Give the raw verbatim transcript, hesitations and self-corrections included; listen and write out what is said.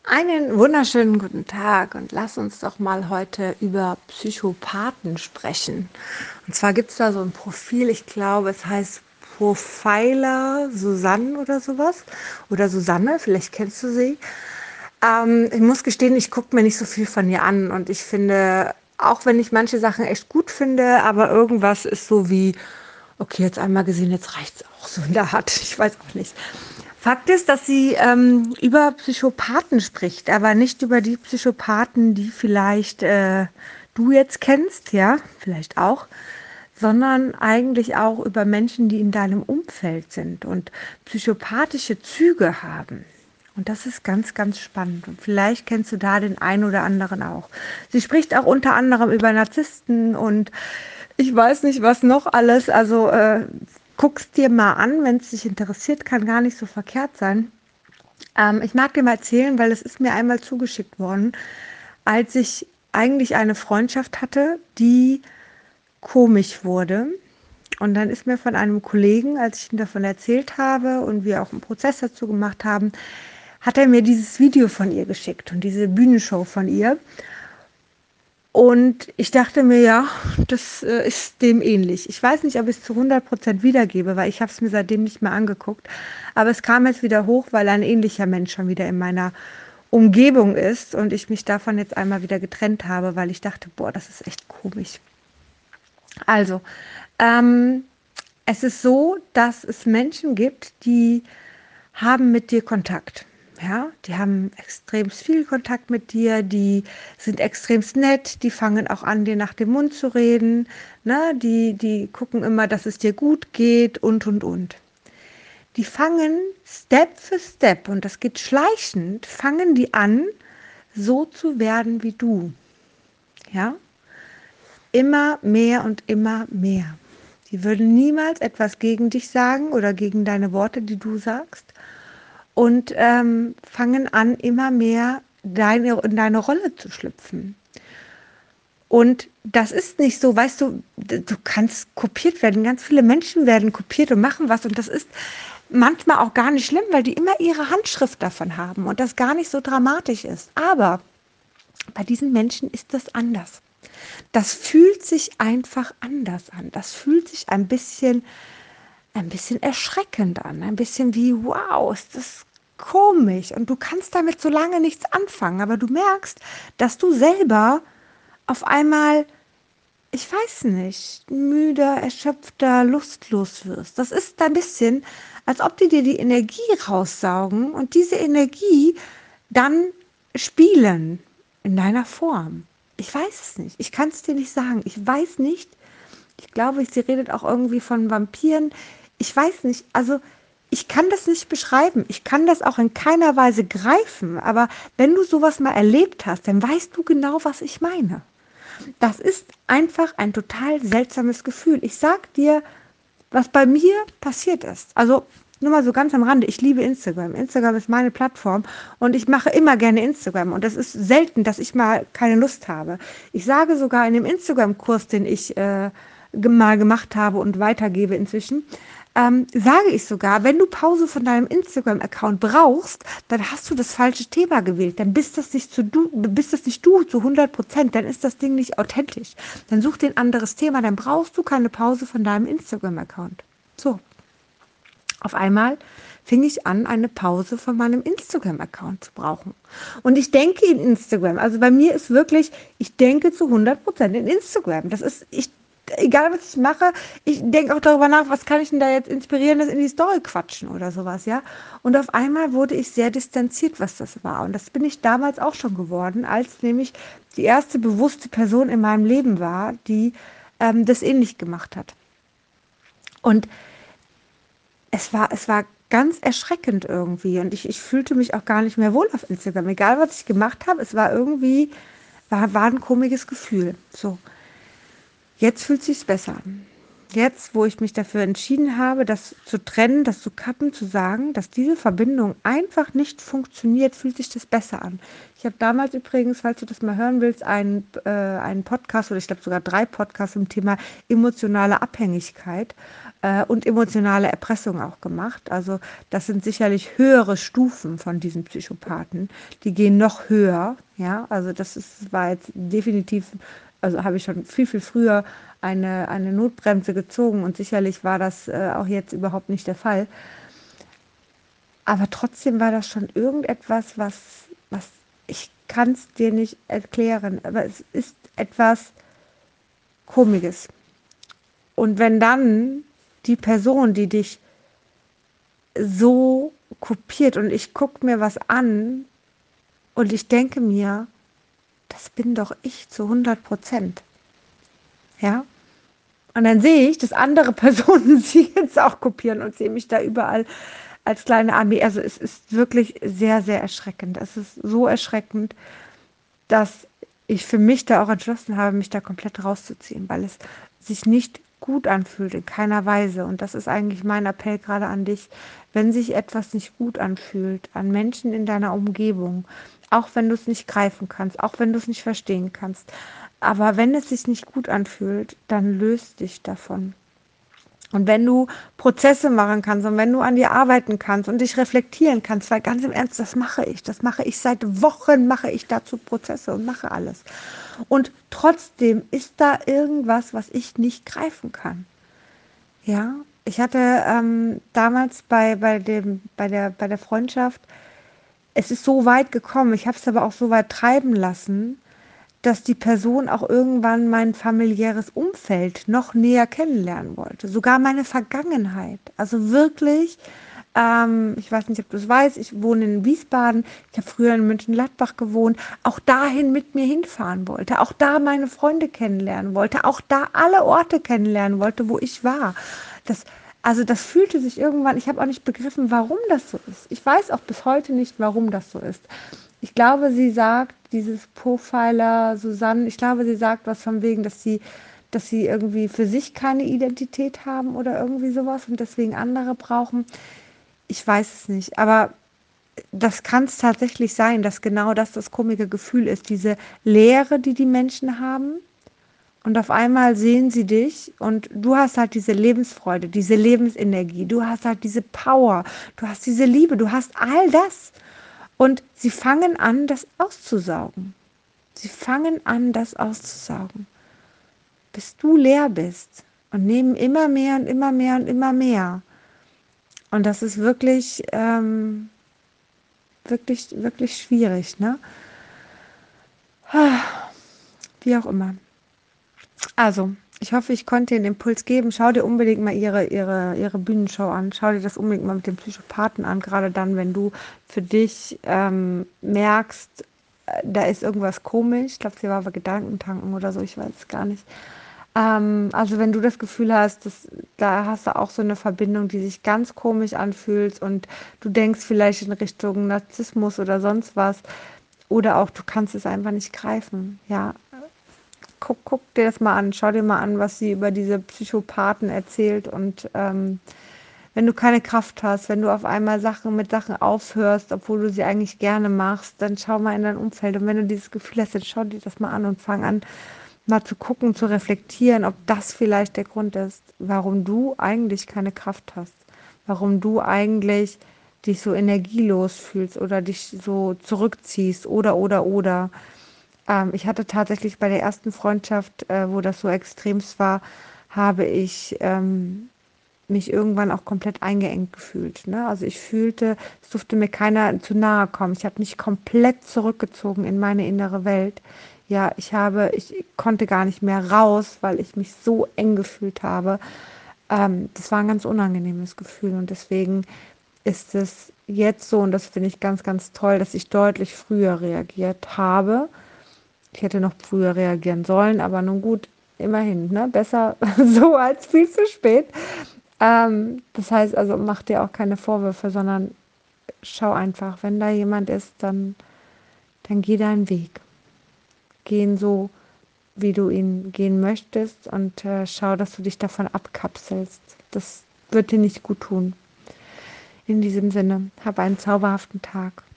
Einen wunderschönen guten Tag und lass uns doch mal heute über Psychopathen sprechen. Und zwar gibt es da so ein Profil, ich glaube, es heißt Profiler Susanne oder sowas. Oder Susanne, vielleicht kennst du sie. Ähm, ich muss gestehen, ich gucke mir nicht so viel von ihr an und ich finde, auch wenn ich manche Sachen echt gut finde, aber irgendwas ist so wie, okay, jetzt einmal gesehen, jetzt reicht's auch so in der Art. Ich weiß auch nicht. Fakt ist, dass sie ähm, über Psychopathen spricht, aber nicht über die Psychopathen, die vielleicht äh, du jetzt kennst, ja, vielleicht auch, sondern eigentlich auch über Menschen, die in deinem Umfeld sind und psychopathische Züge haben. Und das ist ganz, ganz spannend. Und vielleicht kennst du da den einen oder anderen auch. Sie spricht auch unter anderem über Narzissten und ich weiß nicht, was noch alles. Also äh, guck's dir mal an, wenn es dich interessiert, kann gar nicht so verkehrt sein. Ähm, ich mag dir mal erzählen, weil es ist mir einmal zugeschickt worden, als ich eigentlich eine Freundschaft hatte, die komisch wurde. Und dann ist mir von einem Kollegen, als ich ihm davon erzählt habe und wir auch einen Prozess dazu gemacht haben, hat er mir dieses Video von ihr geschickt und diese Bühnenshow von ihr. Und ich dachte mir, ja, das äh, ist dem ähnlich. Ich weiß nicht, ob ich es zu hundert Prozent wiedergebe, weil ich habe es mir seitdem nicht mehr angeguckt. Aber es kam jetzt wieder hoch, weil ein ähnlicher Mensch schon wieder in meiner Umgebung ist und ich mich davon jetzt einmal wieder getrennt habe, weil ich dachte, boah, das ist echt komisch. Also, ähm, es ist so, dass es Menschen gibt, die haben mit dir Kontakt. Ja, die haben extrem viel Kontakt mit dir, die sind extrem nett, die fangen auch an, dir nach dem Mund zu reden, ne? Die, die gucken immer, dass es dir gut geht und, und, und. Die fangen Step für Step, und das geht schleichend, fangen die an, so zu werden wie du. Ja, immer mehr und immer mehr. Die würden niemals etwas gegen dich sagen oder gegen deine Worte, die du sagst. Und ähm, fangen an, immer mehr deine, in deine Rolle zu schlüpfen. Und das ist nicht so, weißt du, du kannst kopiert werden. Ganz viele Menschen werden kopiert und machen was. Und das ist manchmal auch gar nicht schlimm, weil die immer ihre Handschrift davon haben und das gar nicht so dramatisch ist. Aber bei diesen Menschen ist das anders. Das fühlt sich einfach anders an. Das fühlt sich ein bisschen, ein bisschen erschreckend an. Ein bisschen wie, wow, ist das komisch. Und du kannst damit so lange nichts anfangen. Aber du merkst, dass du selber auf einmal, ich weiß nicht, müder, erschöpfter, lustlos wirst. Das ist ein bisschen, als ob die dir die Energie raussaugen und diese Energie dann spielen in deiner Form. Ich weiß es nicht. Ich kann es dir nicht sagen. Ich weiß nicht. Ich glaube, sie redet auch irgendwie von Vampiren. Ich weiß nicht. Also ich kann das nicht beschreiben. Ich kann das auch in keiner Weise greifen. Aber wenn du sowas mal erlebt hast, dann weißt du genau, was ich meine. Das ist einfach ein total seltsames Gefühl. Ich sag dir, was bei mir passiert ist. Also nur mal so ganz am Rande, ich liebe Instagram. Instagram ist meine Plattform und ich mache immer gerne Instagram. Und es ist selten, dass ich mal keine Lust habe. Ich sage sogar in dem Instagram-Kurs, den ich äh, mal gemacht habe und weitergebe inzwischen, ähm, sage ich sogar, wenn du Pause von deinem Instagram-Account brauchst, dann hast du das falsche Thema gewählt. Dann bist das nicht, zu du, bist das nicht du zu hundert Prozent. Dann ist das Ding nicht authentisch. Dann such dir ein anderes Thema. Dann brauchst du keine Pause von deinem Instagram-Account. So, auf einmal fing ich an, eine Pause von meinem Instagram-Account zu brauchen. Und ich denke in Instagram. Also bei mir ist wirklich, ich denke zu hundert Prozent in Instagram. Das ist, ich egal was ich mache, ich denke auch darüber nach, was kann ich denn da jetzt Inspirierendes in die Story quatschen oder sowas, ja. Und auf einmal wurde ich sehr distanziert, was das war. Und das bin ich damals auch schon geworden, als nämlich die erste bewusste Person in meinem Leben war, die ähm, das ähnlich gemacht hat. Und es war, es war ganz erschreckend irgendwie. Und ich, ich fühlte mich auch gar nicht mehr wohl auf Instagram. Egal, was ich gemacht habe, es war irgendwie, war, war ein komisches Gefühl. So. Jetzt fühlt sich's besser an. Jetzt, wo ich mich dafür entschieden habe, das zu trennen, das zu kappen, zu sagen, dass diese Verbindung einfach nicht funktioniert, fühlt sich das besser an. Ich habe damals übrigens, falls du das mal hören willst, einen, äh, einen Podcast oder ich glaube sogar drei Podcasts zum Thema emotionale Abhängigkeit äh, und emotionale Erpressung auch gemacht. Also das sind sicherlich höhere Stufen von diesen Psychopathen. Die gehen noch höher. Ja, also das ist, war jetzt definitiv, also habe ich schon viel, viel früher eine, eine Notbremse gezogen und sicherlich war das äh, auch jetzt überhaupt nicht der Fall. Aber trotzdem war das schon irgendetwas, was, was ich kann es dir nicht erklären, aber es ist etwas Komisches. Und wenn dann die Person, die dich so kopiert und ich gucke mir was an und ich denke mir, das bin doch ich zu hundert Prozent. Ja? Und dann sehe ich, dass andere Personen sie jetzt auch kopieren und sehe mich da überall als kleine Armee. Also es ist wirklich sehr, sehr erschreckend. Es ist so erschreckend, dass ich für mich da auch entschlossen habe, mich da komplett rauszuziehen, weil es sich nicht gut anfühlt in keiner Weise. Und das ist eigentlich mein Appell gerade an dich. Wenn sich etwas nicht gut anfühlt, an Menschen in deiner Umgebung, auch wenn du es nicht greifen kannst, auch wenn du es nicht verstehen kannst, aber wenn es sich nicht gut anfühlt, dann löst dich davon. Und wenn du Prozesse machen kannst und wenn du an dir arbeiten kannst und dich reflektieren kannst, weil ganz im Ernst, das mache ich, das mache ich seit Wochen, mache ich dazu Prozesse und mache alles. Und trotzdem ist da irgendwas, was ich nicht greifen kann. Ja, ich hatte ähm, damals bei, bei, dem, bei, der, bei der Freundschaft, es ist so weit gekommen, ich habe es aber auch so weit treiben lassen, dass die Person auch irgendwann mein familiäres Umfeld noch näher kennenlernen wollte. Sogar meine Vergangenheit. Also wirklich, ähm, ich weiß nicht, ob du es weißt, ich wohne in Wiesbaden, ich habe früher in München-Gladbach gewohnt, auch dahin mit mir hinfahren wollte, auch da meine Freunde kennenlernen wollte, auch da alle Orte kennenlernen wollte, wo ich war. Das, also das fühlte sich irgendwann, ich habe auch nicht begriffen, warum das so ist. Ich weiß auch bis heute nicht, warum das so ist. Ich glaube, sie sagt, dieses Profiler Susanne, ich glaube, sie sagt was von wegen, dass sie, dass sie irgendwie für sich keine Identität haben oder irgendwie sowas und deswegen andere brauchen. Ich weiß es nicht, aber das kann es tatsächlich sein, dass genau das das komische Gefühl ist, diese Leere, die die Menschen haben. Und auf einmal sehen sie dich und du hast halt diese Lebensfreude, diese Lebensenergie, du hast halt diese Power, du hast diese Liebe, du hast all das. Und sie fangen an, das auszusaugen. Sie fangen an, das auszusaugen, bis du leer bist und nehmen immer mehr und immer mehr und immer mehr. Und das ist wirklich, ähm, wirklich, wirklich schwierig, ne? Wie auch immer. Also, ich hoffe, ich konnte dir einen Impuls geben. Schau dir unbedingt mal ihre, ihre, ihre Bühnenshow an. Schau dir das unbedingt mal mit dem Psychopathen an. Gerade dann, wenn du für dich ähm, merkst, äh, da ist irgendwas komisch. Ich glaube, sie war aber Gedankentanken oder so. Ich weiß es gar nicht. Ähm, also, wenn du das Gefühl hast, dass, da hast du auch so eine Verbindung, die sich ganz komisch anfühlt und du denkst vielleicht in Richtung Narzissmus oder sonst was. Oder auch, du kannst es einfach nicht greifen. Ja, guck, guck dir das mal an, schau dir mal an, was sie über diese Psychopathen erzählt. Und ähm, wenn du keine Kraft hast, wenn du auf einmal Sachen mit Sachen aufhörst, obwohl du sie eigentlich gerne machst, dann schau mal in dein Umfeld. Und wenn du dieses Gefühl hast, dann schau dir das mal an und fang an, mal zu gucken, zu reflektieren, ob das vielleicht der Grund ist, warum du eigentlich keine Kraft hast, warum du eigentlich dich so energielos fühlst oder dich so zurückziehst oder oder oder. Ähm, ich hatte tatsächlich bei der ersten Freundschaft, äh, wo das so extremst war, habe ich ähm, mich irgendwann auch komplett eingeengt gefühlt. Ne? Also ich fühlte, es durfte mir keiner zu nahe kommen. Ich habe mich komplett zurückgezogen in meine innere Welt. Ja, ich habe, ich konnte gar nicht mehr raus, weil ich mich so eng gefühlt habe. Ähm, das war ein ganz unangenehmes Gefühl und deswegen ist es jetzt so, und das finde ich ganz, ganz toll, dass ich deutlich früher reagiert habe. Ich hätte noch früher reagieren sollen, aber nun gut, immerhin, ne? Besser so als viel zu spät. Ähm, das heißt also, mach dir auch keine Vorwürfe, sondern schau einfach, wenn da jemand ist, dann, dann geh deinen Weg. Geh ihn so, wie du ihn gehen möchtest und äh, schau, dass du dich davon abkapselst. Das wird dir nicht gut tun. In diesem Sinne, hab einen zauberhaften Tag.